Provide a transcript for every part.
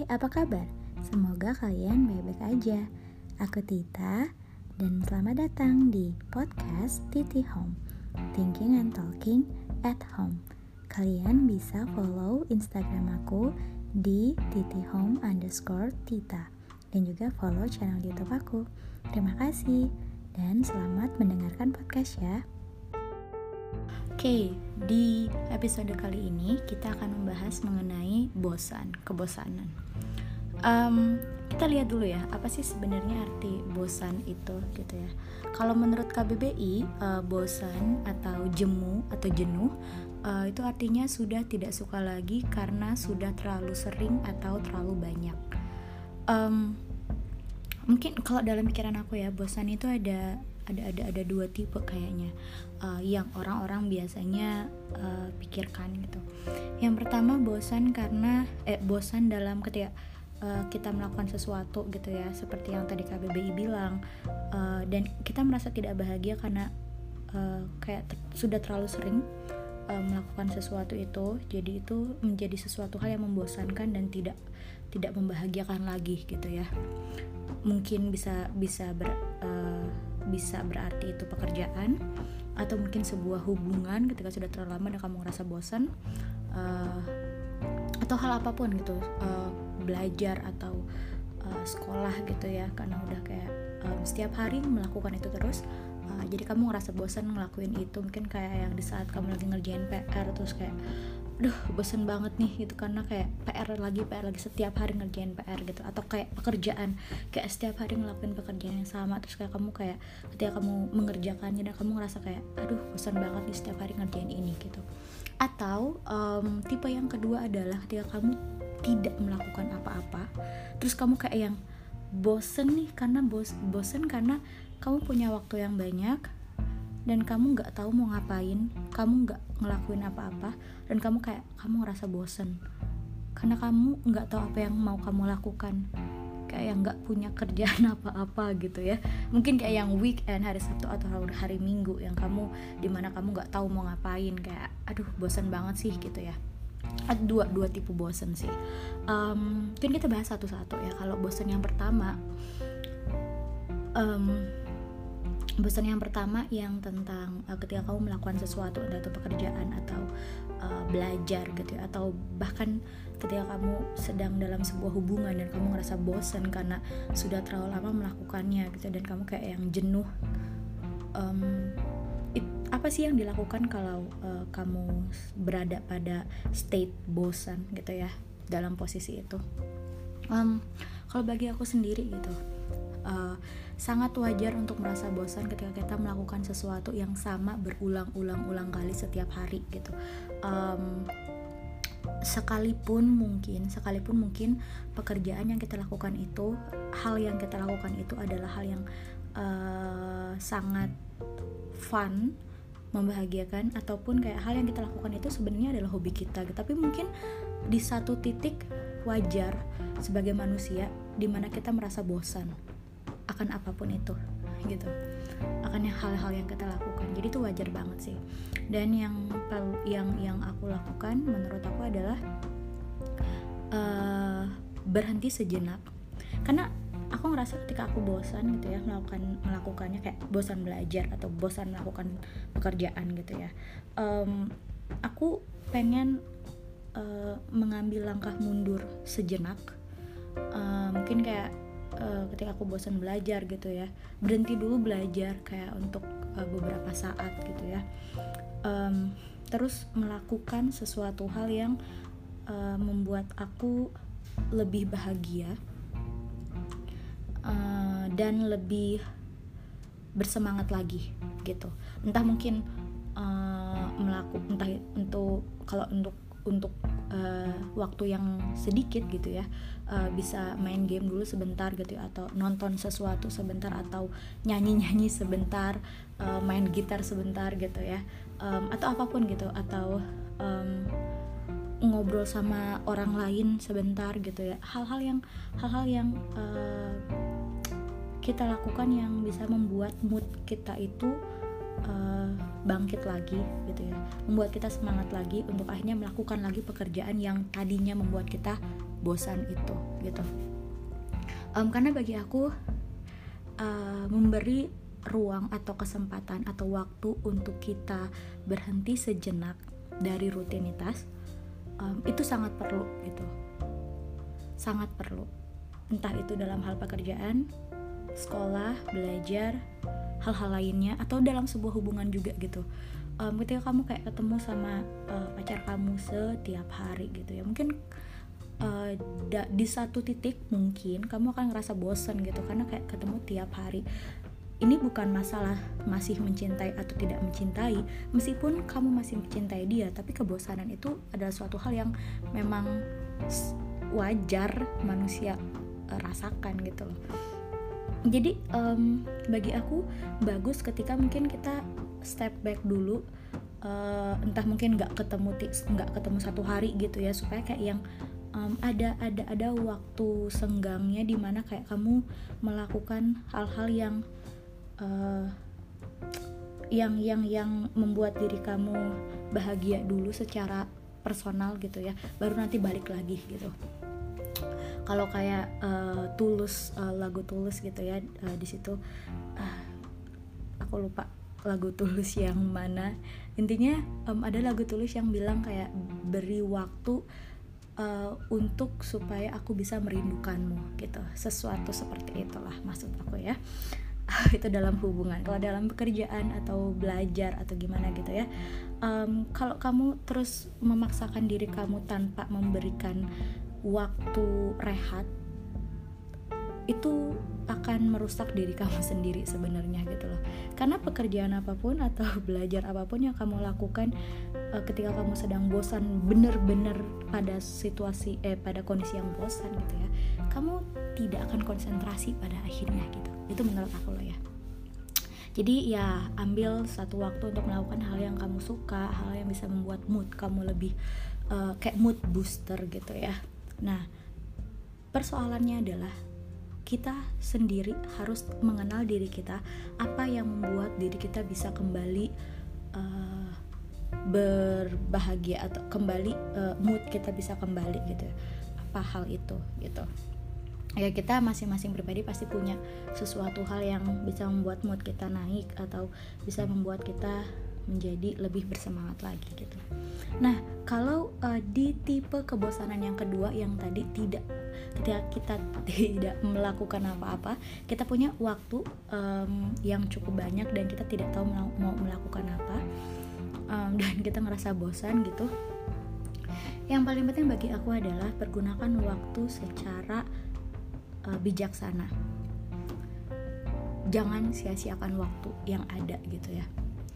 apa kabar? Semoga kalian baik-baik aja. Aku Tita, dan selamat datang di podcast Titi Home, Thinking and Talking at Home. Kalian bisa follow Instagram aku di titihome_tita dan juga follow channel YouTube aku. Terima kasih dan selamat mendengarkan podcast ya. Oke, di episode kali ini kita akan membahas mengenai kebosanan. Kita lihat dulu ya, apa sih sebenarnya arti bosan itu gitu ya. Kalau menurut KBBI, bosan atau jemu atau jenuh itu artinya sudah tidak suka lagi karena sudah terlalu sering atau terlalu banyak. Mungkin kalau dalam pikiran aku ya, bosan itu ada dua tipe kayaknya yang orang-orang biasanya pikirkan gitu. Yang pertama bosan dalam ketika kita melakukan sesuatu gitu ya, seperti yang tadi KBBI bilang, dan kita merasa tidak bahagia karena sudah terlalu sering melakukan sesuatu itu, jadi itu menjadi sesuatu hal yang membosankan dan tidak membahagiakan lagi gitu ya. Mungkin bisa berarti itu pekerjaan, atau mungkin sebuah hubungan ketika sudah terlalu lama dan kamu ngerasa bosan, atau hal apapun gitu, belajar atau sekolah gitu ya, karena udah kayak setiap hari melakukan itu terus, jadi kamu ngerasa bosan ngelakuin itu. Mungkin kayak yang di saat kamu lagi ngerjain PR terus kayak bosan banget nih gitu, karena kayak PR lagi setiap hari ngerjain PR gitu, atau kayak pekerjaan kayak setiap hari ngelakuin pekerjaan yang sama, terus kayak kamu kayak ketika kamu mengerjakannya dan kamu ngerasa kayak bosan banget nih setiap hari ngerjain ini gitu. Atau tipe yang kedua adalah ketika kamu tidak melakukan apa-apa, terus kamu kayak yang bosen nih karena bosen karena kamu punya waktu yang banyak dan kamu nggak tahu mau ngapain, kamu nggak ngelakuin apa-apa, dan kamu ngerasa bosen karena kamu nggak tahu apa yang mau kamu lakukan, kayak yang nggak punya kerjaan apa-apa gitu ya. Mungkin kayak yang weekend, hari Sabtu atau hari Minggu, yang dimana kamu nggak tahu mau ngapain, kayak bosen banget sih gitu ya. Dua tipe bosen sih. Mungkin kita bahas satu-satu ya. Kalau bosen yang pertama, yang tentang ketika kamu melakukan sesuatu, entah itu pekerjaan atau belajar gitu ya, atau bahkan ketika kamu sedang dalam sebuah hubungan dan kamu ngerasa bosan karena sudah terlalu lama melakukannya gitu, dan kamu kayak yang jenuh. Apa sih yang dilakukan kalau kamu berada pada state bosan gitu ya, dalam posisi itu? Kalau bagi aku sendiri gitu, sangat wajar untuk merasa bosan ketika kita melakukan sesuatu yang sama berulang-ulang kali setiap hari gitu. Sekalipun mungkin pekerjaan yang kita lakukan itu, hal yang kita lakukan itu adalah hal yang sangat fun, membahagiakan, ataupun kayak hal yang kita lakukan itu sebenarnya adalah hobi kita gitu. Tapi mungkin di satu titik wajar sebagai manusia dimana kita merasa bosan akan apapun itu gitu, akan hal-hal yang kita lakukan. Jadi itu wajar banget sih. Dan yang aku lakukan menurut aku adalah berhenti sejenak, karena aku ngerasa ketika aku bosan gitu ya melakukannya, kayak bosan belajar atau bosan melakukan pekerjaan gitu ya, aku pengen mengambil langkah mundur sejenak. Mungkin kayak ketika aku bosan belajar gitu ya, berhenti dulu belajar kayak untuk beberapa saat gitu ya, terus melakukan sesuatu hal yang membuat aku lebih bahagia dan lebih bersemangat lagi gitu. Entah mungkin untuk waktu yang sedikit gitu ya, bisa main game dulu sebentar gitu ya, atau nonton sesuatu sebentar, atau nyanyi sebentar, main gitar sebentar gitu ya, atau apapun gitu, atau ngobrol sama orang lain sebentar gitu ya. Hal-hal yang kita lakukan yang bisa membuat mood kita itu bangkit lagi gitu ya, membuat kita semangat lagi untuk akhirnya melakukan lagi pekerjaan yang tadinya membuat kita bosan itu gitu. Karena bagi aku memberi ruang atau kesempatan atau waktu untuk kita berhenti sejenak dari rutinitas itu sangat perlu gitu, sangat perlu, entah itu dalam hal pekerjaan, sekolah, belajar, hal-hal lainnya, atau dalam sebuah hubungan juga gitu. Ketika kamu kayak ketemu sama pacar kamu setiap hari gitu ya, mungkin di satu titik mungkin kamu akan ngerasa bosan gitu karena kayak ketemu tiap hari. Ini bukan masalah masih mencintai atau tidak mencintai, meskipun kamu masih mencintai dia, tapi kebosanan itu adalah suatu hal yang memang wajar manusia rasakan gitu loh. Jadi bagi aku bagus ketika mungkin kita step back dulu, entah mungkin nggak ketemu satu hari gitu ya, supaya kayak yang ada waktu senggangnya di mana kayak kamu melakukan hal-hal yang membuat diri kamu bahagia dulu secara personal gitu ya, baru nanti balik lagi gitu. Kalau kayak Tulus, lagu Tulus gitu ya, di situ aku lupa lagu Tulus yang mana, intinya ada lagu Tulus yang bilang kayak beri waktu untuk supaya aku bisa merindukanmu gitu, sesuatu seperti itulah maksud aku ya. Itu dalam hubungan. Kalau dalam pekerjaan atau belajar atau gimana gitu ya, kalau kamu terus memaksakan diri kamu tanpa memberikan waktu rehat, itu akan merusak diri kamu sendiri sebenarnya gitu loh. Karena pekerjaan apapun atau belajar apapun yang kamu lakukan ketika kamu sedang bosan, bener-bener pada pada kondisi yang bosan gitu ya, kamu tidak akan konsentrasi pada akhirnya gitu. Itu menurut aku loh ya. Jadi ya ambil satu waktu untuk melakukan hal yang kamu suka, hal yang bisa membuat mood kamu lebih kayak mood booster gitu ya. Nah, persoalannya adalah kita sendiri harus mengenal diri kita, apa yang membuat diri kita bisa kembali berbahagia atau kembali mood kita bisa kembali gitu. Apa hal itu gitu. Ya kita masing-masing pribadi pasti punya sesuatu hal yang bisa membuat mood kita naik atau bisa membuat kita menjadi lebih bersemangat lagi gitu. Nah, kalau di tipe kebosanan yang kedua yang tadi ketika kita tidak melakukan apa-apa, kita punya waktu yang cukup banyak dan kita tidak tahu mau melakukan apa, dan kita ngerasa bosan gitu. Yang paling penting bagi aku adalah pergunakan waktu secara bijaksana. Jangan sia-siakan waktu yang ada gitu ya.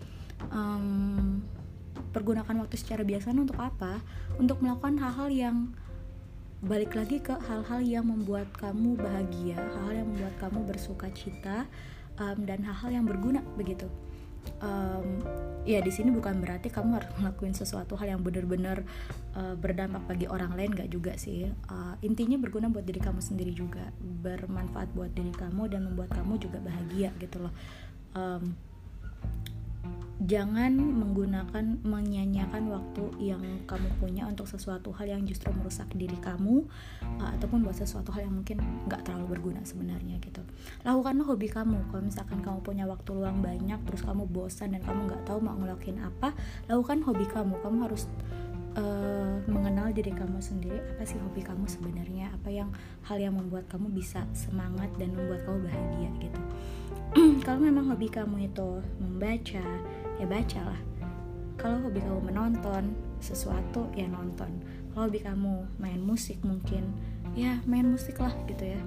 Pergunakan waktu secara bijaksana untuk apa? Untuk melakukan hal-hal yang balik lagi ke hal-hal yang membuat kamu bahagia, hal-hal yang membuat kamu bersuka cita, dan hal-hal yang berguna begitu. Ya di sini bukan berarti kamu harus ngelakuin sesuatu hal yang benar-benar berdampak bagi orang lain, gak juga sih. Intinya berguna buat diri kamu sendiri juga, bermanfaat buat diri kamu dan membuat kamu juga bahagia gitu loh. Jangan menyanyiakan waktu yang kamu punya untuk sesuatu hal yang justru merusak diri kamu, ataupun buat sesuatu hal yang mungkin gak terlalu berguna sebenarnya gitu. Lakukanlah hobi kamu. Kalau misalkan kamu punya waktu luang banyak, terus kamu bosan dan kamu gak tahu mau ngelakuin apa, lakukan hobi kamu. Kamu harus mengenal diri kamu sendiri, apa sih hobi kamu sebenarnya, apa hal yang membuat kamu bisa semangat dan membuat kamu bahagia gitu. Kalau memang hobi kamu itu membaca, ya bacalah. Kalau hobi kamu menonton sesuatu, ya nonton. Kalau hobi kamu main musik mungkin, ya main musik lah gitu ya.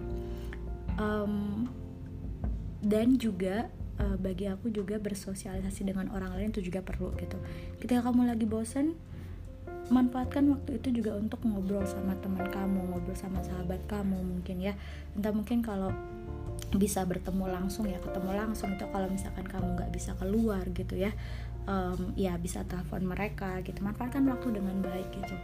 Dan juga bagi aku juga bersosialisasi dengan orang lain itu juga perlu gitu. Ketika kamu lagi bosan, manfaatkan waktu itu juga untuk ngobrol sama teman kamu, ngobrol sama sahabat kamu mungkin ya. Entah mungkin kalau bisa bertemu langsung ya ketemu langsung, itu kalau misalkan kamu nggak bisa keluar gitu ya, ya bisa telepon mereka gitu. Manfaatkan waktu dengan baik gitu.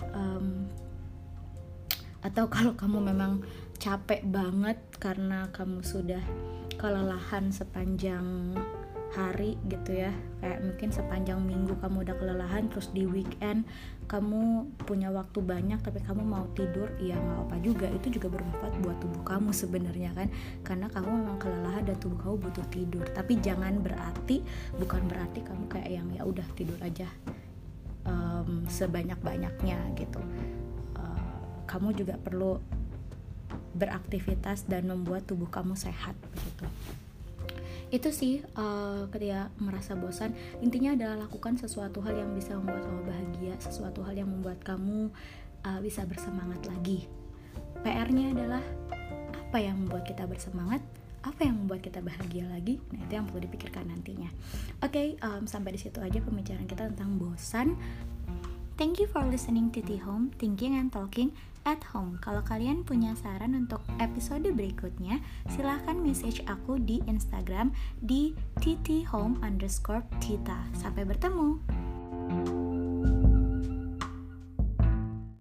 Atau kalau kamu memang capek banget karena kamu sudah kelelahan sepanjang hari gitu ya, kayak mungkin sepanjang minggu kamu udah kelelahan, terus di weekend kamu punya waktu banyak tapi kamu mau tidur, ya nggak apa juga, itu juga bermanfaat buat tubuh kamu sebenarnya kan, karena kamu memang kelelahan dan tubuh kamu butuh tidur. Tapi bukan berarti kamu kayak yang ya udah tidur aja sebanyak-banyaknya gitu. Kamu juga perlu beraktivitas dan membuat tubuh kamu sehat begitu. Itu sih ketika merasa bosan, intinya adalah lakukan sesuatu hal yang bisa membuat kamu bahagia, sesuatu hal yang membuat kamu bisa bersemangat lagi. PR-nya adalah apa yang membuat kita bersemangat, apa yang membuat kita bahagia lagi. Nah, itu yang perlu dipikirkan nantinya. Oke, sampai di situ aja pembicaraan kita tentang bosan. Thank you for listening to Tea Home, Thinking and Talking at Home. Kalau kalian punya saran untuk episode berikutnya, silahkan message aku di Instagram di @ttihome_tita. Sampai bertemu.